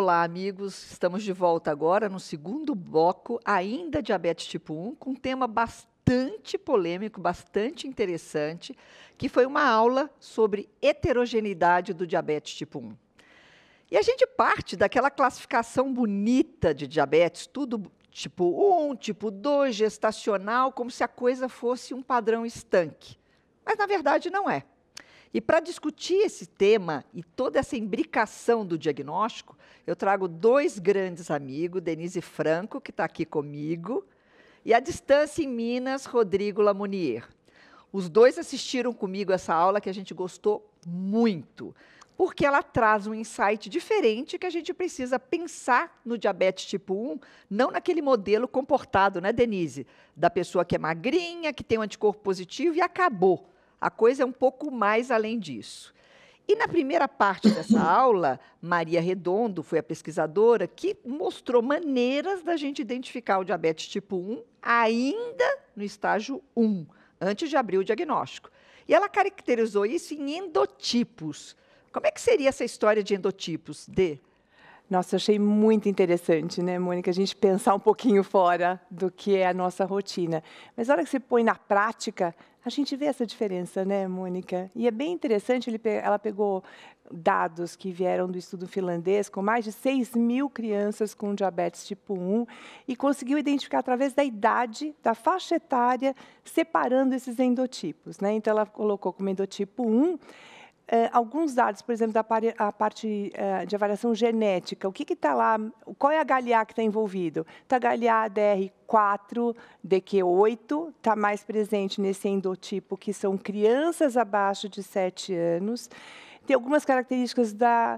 Olá, amigos. Estamos de volta agora no segundo bloco, ainda diabetes tipo 1, com um tema bastante polêmico, bastante interessante, que foi uma aula sobre heterogeneidade do diabetes tipo 1. E a gente parte daquela classificação bonita de diabetes, tudo tipo 1, tipo 2, gestacional, como se a coisa fosse um padrão estanque. Mas, na verdade, não é. E para discutir esse tema e toda essa imbricação do diagnóstico, eu trago dois grandes amigos, Denise Franco, que está aqui comigo, e à distância em Minas, Rodrigo Lamounier. Os dois assistiram comigo essa aula que a gente gostou muito, porque ela traz um insight diferente que a gente precisa pensar no diabetes tipo 1, não naquele modelo comportado, né, Denise? Da pessoa que é magrinha, que tem um anticorpo positivo e acabou. A coisa é um pouco mais além disso. E na primeira parte dessa aula, Maria Redondo foi a pesquisadora que mostrou maneiras da gente identificar o diabetes tipo 1 ainda no estágio 1, antes de abrir o diagnóstico. E ela caracterizou isso em endotipos. Como é que seria essa história de endotipos, Dê? Nossa, eu achei muito interessante, né, Mônica, a gente pensar um pouquinho fora do que é a nossa rotina. Mas na hora que você põe na prática, a gente vê essa diferença, né, Mônica? E é bem interessante, ela pegou dados que vieram do estudo finlandês, com mais de 6.000 crianças com diabetes tipo 1, e conseguiu identificar através da idade, da faixa etária, separando esses endotipos, né? Então, ela colocou como endotipo 1, alguns dados, por exemplo, a parte de avaliação genética. O que está lá? Qual é a HLA que está envolvido? Está HLA DR4, DQ8, está mais presente nesse endotipo, que são crianças abaixo de 7 anos. Tem algumas características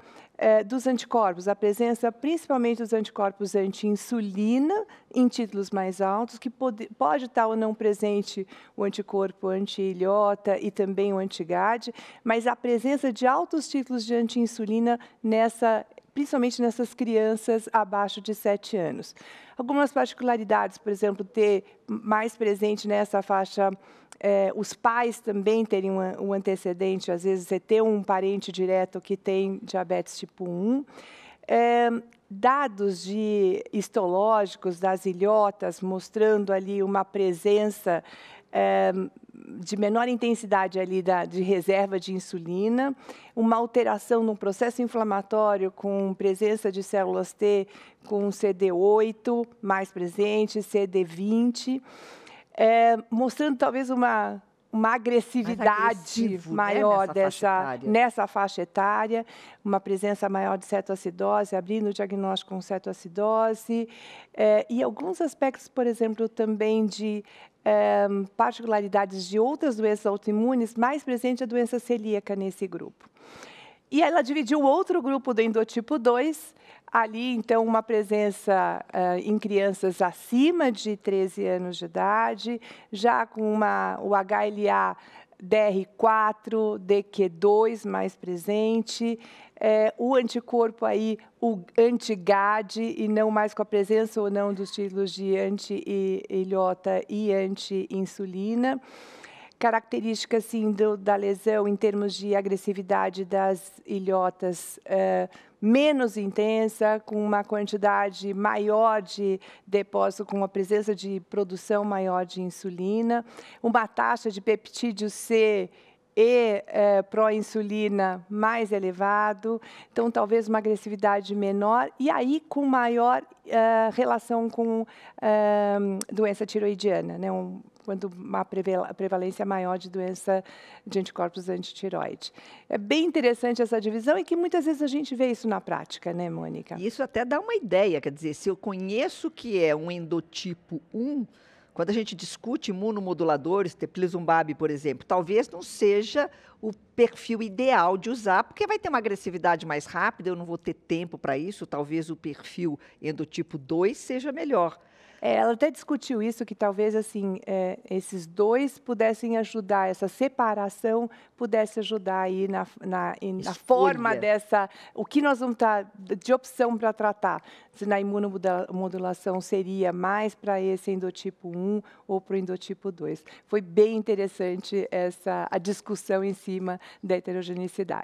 dos anticorpos, a presença principalmente dos anticorpos anti-insulina em títulos mais altos, que pode estar ou não presente o anticorpo anti-ilhota e também o anti-GAD, mas a presença de altos títulos de anti-insulina principalmente nessas crianças abaixo de 7 anos. Algumas particularidades, por exemplo, ter mais presente nessa faixa, os pais também terem um antecedente, às vezes você ter um parente direto que tem diabetes tipo 1. Dados histológicos das ilhotas, mostrando ali uma presença de menor intensidade ali de reserva de insulina, uma alteração no processo inflamatório com presença de células T com CD8 mais presente, CD20, mostrando talvez uma agressividade maior, né, nessa faixa etária, uma presença maior de cetoacidose, abrindo o diagnóstico com cetoacidose, e alguns aspectos, por exemplo, também de particularidades de outras doenças autoimunes, mais presente a doença celíaca nesse grupo. E ela dividiu outro grupo do endotipo 2, ali, então, uma presença em crianças acima de 13 anos de idade, já com o HLA DR4, DQ2 mais presente, o anticorpo aí, o anti-GAD, e não mais com a presença ou não dos títulos de anti-ilhota e anti-insulina. Característica assim, da lesão em termos de agressividade das ilhotas menos intensa, com uma quantidade maior de depósito, com uma presença de produção maior de insulina, uma taxa de peptídeo C e pró-insulina mais elevado, então talvez uma agressividade menor, e aí com maior relação com doença tiroidiana, né? Quando uma prevalência maior de doença de anticorpos antitiroide. É bem interessante essa divisão e que muitas vezes a gente vê isso na prática, né, Mônica? Isso até dá uma ideia, quer dizer, se eu conheço que é um endotipo 1, quando a gente discute imunomoduladores, teplizumab, por exemplo, talvez não seja o perfil ideal de usar, porque vai ter uma agressividade mais rápida, eu não vou ter tempo para isso, talvez o perfil endotipo 2 seja melhor. Ela até discutiu isso, que talvez assim, esses dois pudessem ajudar, essa separação pudesse ajudar aí na forma dessa, o que nós vamos estar de opção para tratar, se na imunomodulação seria mais para esse endotipo 1 ou para o endotipo 2. Foi bem interessante a discussão em cima da heterogeneidade.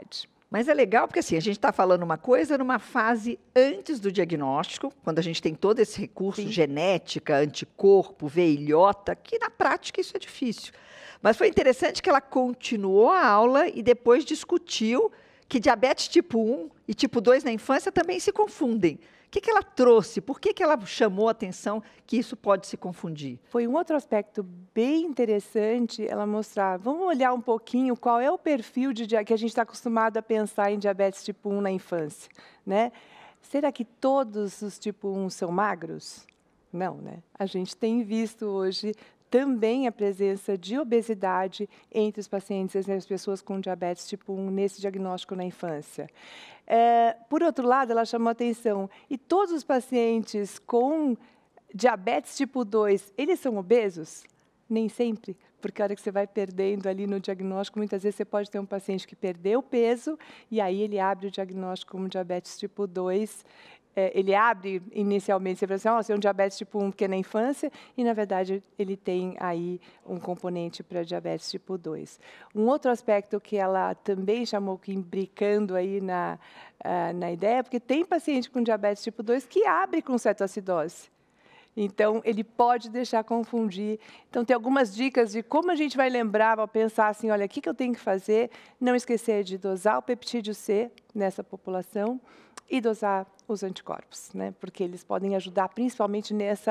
Mas é legal porque assim, a gente está falando uma coisa numa fase antes do diagnóstico, quando a gente tem todo esse recurso, Sim. genética, anticorpo, veia ilhota, que na prática isso é difícil. Mas foi interessante que ela continuou a aula e depois discutiu que diabetes tipo 1 e tipo 2 na infância também se confundem. O que ela trouxe? Por que ela chamou a atenção que isso pode se confundir? Foi um outro aspecto bem interessante ela mostrar. Vamos olhar um pouquinho qual é o perfil que a gente está acostumado a pensar em diabetes tipo 1 na infância, né? Será que todos os tipo 1 são magros? Não, né? A gente tem visto hoje também a presença de obesidade entre os pacientes, entre as pessoas com diabetes tipo 1 nesse diagnóstico na infância. Por outro lado, ela chamou a atenção, e todos os pacientes com diabetes tipo 2, eles são obesos? Nem sempre, porque a hora que você vai perdendo ali no diagnóstico, muitas vezes você pode ter um paciente que perdeu peso, e aí ele abre o diagnóstico como diabetes tipo 2. Ele abre inicialmente, você fala assim, você é um diabetes tipo 1 porque é na infância, e na verdade ele tem aí um componente para diabetes tipo 2. Um outro aspecto que ela também chamou que imbricando aí na ideia, porque tem paciente com diabetes tipo 2 que abre com cetoacidose. Então, ele pode deixar confundir. Então, tem algumas dicas de como a gente vai lembrar, ao pensar assim, olha, o que eu tenho que fazer? Não esquecer de dosar o peptídeo C nessa população e dosar os anticorpos, né? Porque eles podem ajudar principalmente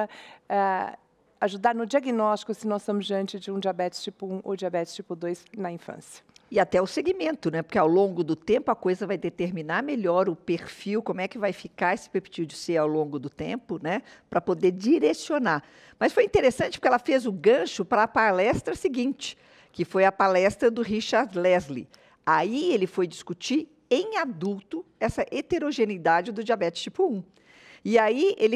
ajudar no diagnóstico se nós estamos diante de um diabetes tipo 1 ou diabetes tipo 2 na infância. E até o segmento, né? Porque ao longo do tempo a coisa vai determinar melhor o perfil, como é que vai ficar esse peptídeo C ao longo do tempo, né? Para poder direcionar. Mas foi interessante porque ela fez o gancho para a palestra seguinte, que foi a palestra do Richard Leslie. Aí ele foi discutir em adulto essa heterogeneidade do diabetes tipo 1. E aí ele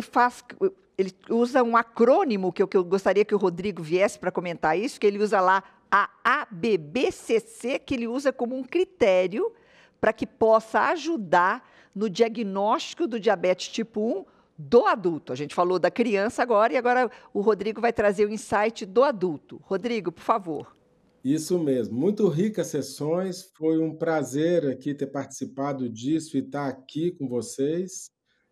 usa um acrônimo que eu gostaria que o Rodrigo viesse para comentar isso, que ele usa lá a ABBCC, que ele usa como um critério para que possa ajudar no diagnóstico do diabetes tipo 1 do adulto. A gente falou da criança agora, e agora o Rodrigo vai trazer o insight do adulto. Rodrigo, por favor. Isso mesmo, muito ricas sessões, foi um prazer aqui ter participado disso e estar aqui com vocês.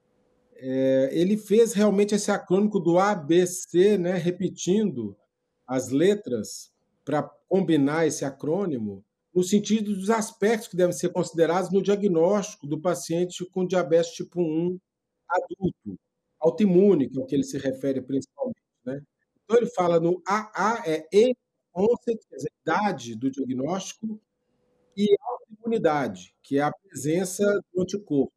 Ele fez realmente esse acrônico do ABC, né, repetindo as letras para combinar esse acrônimo, no sentido dos aspectos que devem ser considerados no diagnóstico do paciente com diabetes tipo 1 adulto, autoimune, que é o que ele se refere principalmente, né? Então, ele fala no AA, age onset, quer dizer, idade do diagnóstico, e autoimunidade, que é a presença do anticorpo.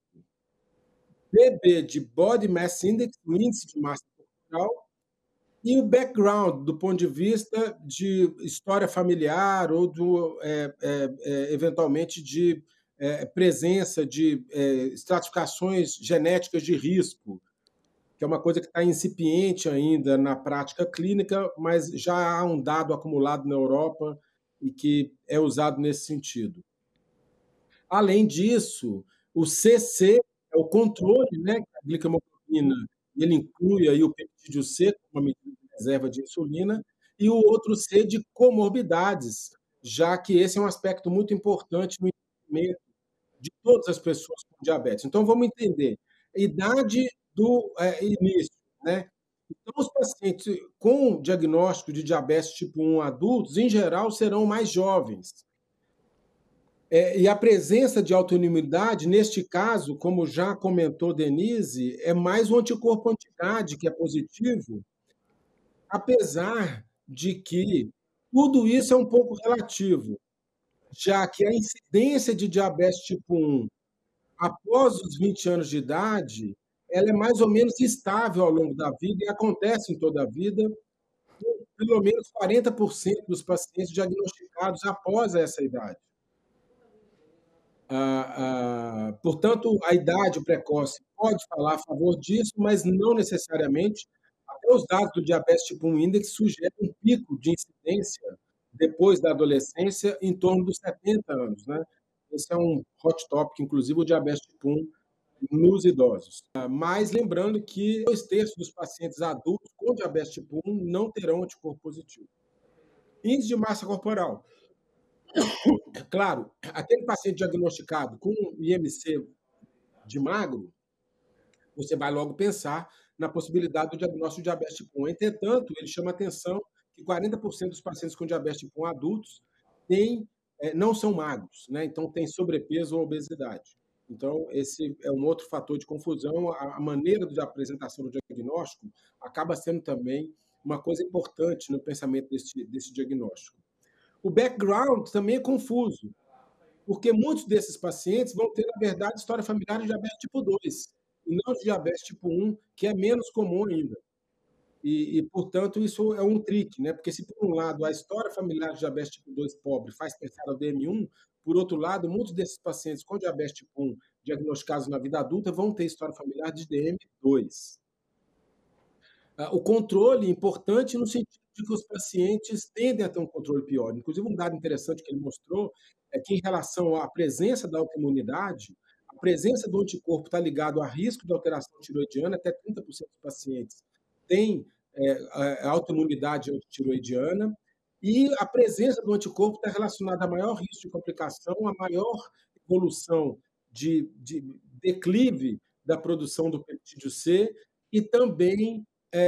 BB de Body Mass Index, o índice de massa corporal, e o background, do ponto de vista de história familiar ou eventualmente de presença de estratificações genéticas de risco, que é uma coisa que está incipiente ainda na prática clínica, mas já há um dado acumulado na Europa e que é usado nesse sentido. Além disso, o CC é o controle, né, da glicohemoglobina, ele inclui aí o peptídeo C como uma medida de reserva de insulina, e o outro C de comorbidades, já que esse é um aspecto muito importante no entendimento de todas as pessoas com diabetes. Então, vamos entender idade do início, né? Então, os pacientes com diagnóstico de diabetes tipo 1 adultos, em geral, serão mais jovens. E a presença de autoimunidade, neste caso, como já comentou Denise, é mais um anticorpo anti-GAD, que é positivo, apesar de que tudo isso é um pouco relativo, já que a incidência de diabetes tipo 1 após os 20 anos de idade, ela é mais ou menos estável ao longo da vida e acontece em toda a vida, com pelo menos 40% dos pacientes diagnosticados após essa idade. Portanto, a idade precoce pode falar a favor disso, mas não necessariamente. Até os dados do diabetes tipo 1 index sugerem um pico de incidência depois da adolescência, em torno dos 70 anos, né? Esse é um hot topic, inclusive o diabetes tipo 1 nos idosos. Mas lembrando que 2/3 dos pacientes adultos com diabetes tipo 1 não terão anticorpo positivo. Índice de massa corporal. Claro, aquele paciente diagnosticado com IMC de magro, você vai logo pensar na possibilidade do diagnóstico de diabetes tipo 1. Entretanto, ele chama a atenção que 40% dos pacientes com diabetes tipo 1 adultos não são magros, né? Então tem sobrepeso ou obesidade. Então, esse é um outro fator de confusão. A maneira de apresentação do diagnóstico acaba sendo também uma coisa importante no pensamento desse diagnóstico. O background também é confuso, porque muitos desses pacientes vão ter, na verdade, história familiar de diabetes tipo 2, e não de diabetes tipo 1, que é menos comum ainda. Portanto, isso é um trick, né? Porque se, por um lado, a história familiar de diabetes tipo 2 pobre faz pensar no DM1, por outro lado, muitos desses pacientes com diabetes tipo 1 diagnosticados na vida adulta vão ter história familiar de DM2. O controle é importante no sentido de que os pacientes tendem a ter um controle pior. Inclusive, um dado interessante que ele mostrou é que, em relação à presença da autoimunidade, a presença do anticorpo está ligado a risco de alteração tiroidiana, até 30% dos pacientes têm autoimunidade antitiroidiana, e a presença do anticorpo está relacionada a maior risco de complicação, a maior evolução de declive da produção do peptídeo C e também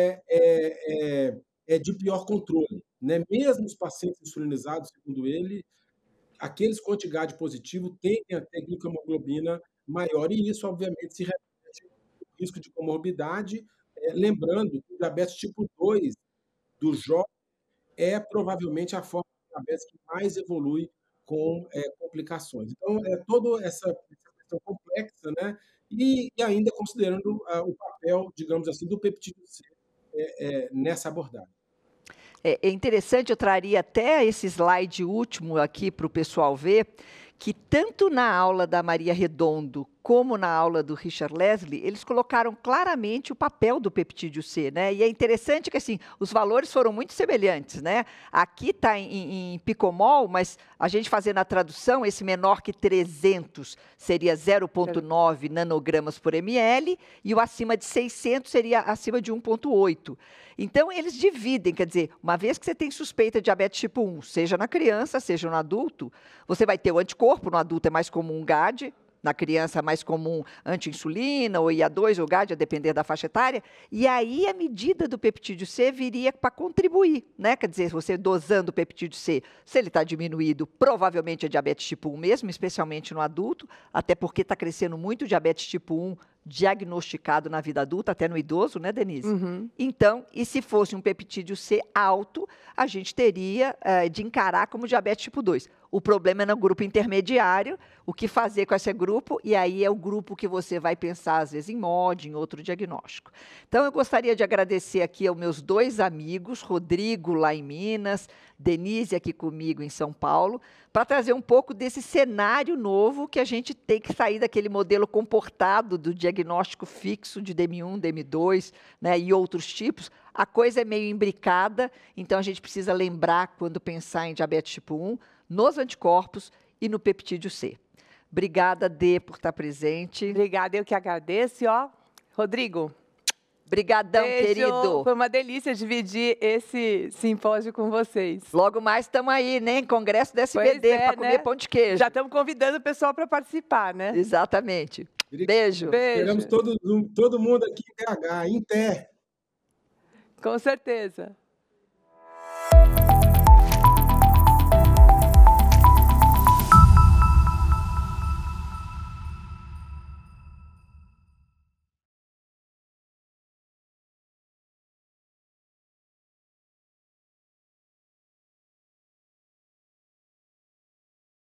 de pior controle, né? Mesmo os pacientes insulinizados, segundo ele, aqueles com anti-GAD positivo tendem a ter glicohemoglobina maior, e isso, obviamente, se reflete no risco de comorbidade, lembrando que o diabetes tipo 2 do jovem é provavelmente a forma de diabetes que mais evolui com complicações. Então, é toda essa questão complexa, né? E ainda considerando o papel, digamos assim, do peptídeo C nessa abordagem. É interessante, eu traria até esse slide último aqui para o pessoal ver, que tanto na aula da Maria Redondo como na aula do Richard Leslie, eles colocaram claramente o papel do peptídeo C, né? E é interessante que, assim, os valores foram muito semelhantes, né? Aqui está em picomol, mas a gente fazendo a tradução, esse menor que 300 seria 0,9 nanogramas por ml, e o acima de 600 seria acima de 1,8. Então, eles dividem, quer dizer, uma vez que você tem suspeita de diabetes tipo 1, seja na criança, seja no adulto, você vai ter o anticorpo, no adulto é mais comum um GAD, na criança mais comum anti-insulina, ou IA2, ou GAD, a depender da faixa etária, e aí a medida do peptídeo C viria para contribuir, né? Quer dizer, você dosando o peptídeo C, se ele está diminuído, provavelmente é diabetes tipo 1 mesmo, especialmente no adulto, até porque está crescendo muito o diabetes tipo 1 diagnosticado na vida adulta, até no idoso, né, Denise? Uhum. Então, e se fosse um peptídeo C alto, a gente teria de encarar como diabetes tipo 2. O problema é no grupo intermediário, o que fazer com esse grupo, e aí é o grupo que você vai pensar, às vezes, em MOD, em outro diagnóstico. Então, eu gostaria de agradecer aqui aos meus dois amigos, Rodrigo, lá em Minas, Denise, aqui comigo em São Paulo, para trazer um pouco desse cenário novo que a gente tem que sair daquele modelo comportado do diagnóstico fixo de DM1, DM2, né, e outros tipos. A coisa é meio imbricada, então a gente precisa lembrar, quando pensar em diabetes tipo 1, nos anticorpos e no peptídeo C. Obrigada, Dê, por estar presente. Obrigada, eu que agradeço. E, ó, Rodrigo. Brigadão, beijo. querido. Foi uma delícia dividir esse simpósio com vocês. Logo mais estamos aí, né? Em congresso da SBD, para comer pão de queijo. Já estamos convidando o pessoal para participar, né? Exatamente. Beijo. Esperamos todo mundo aqui em BH, em pé. Com certeza.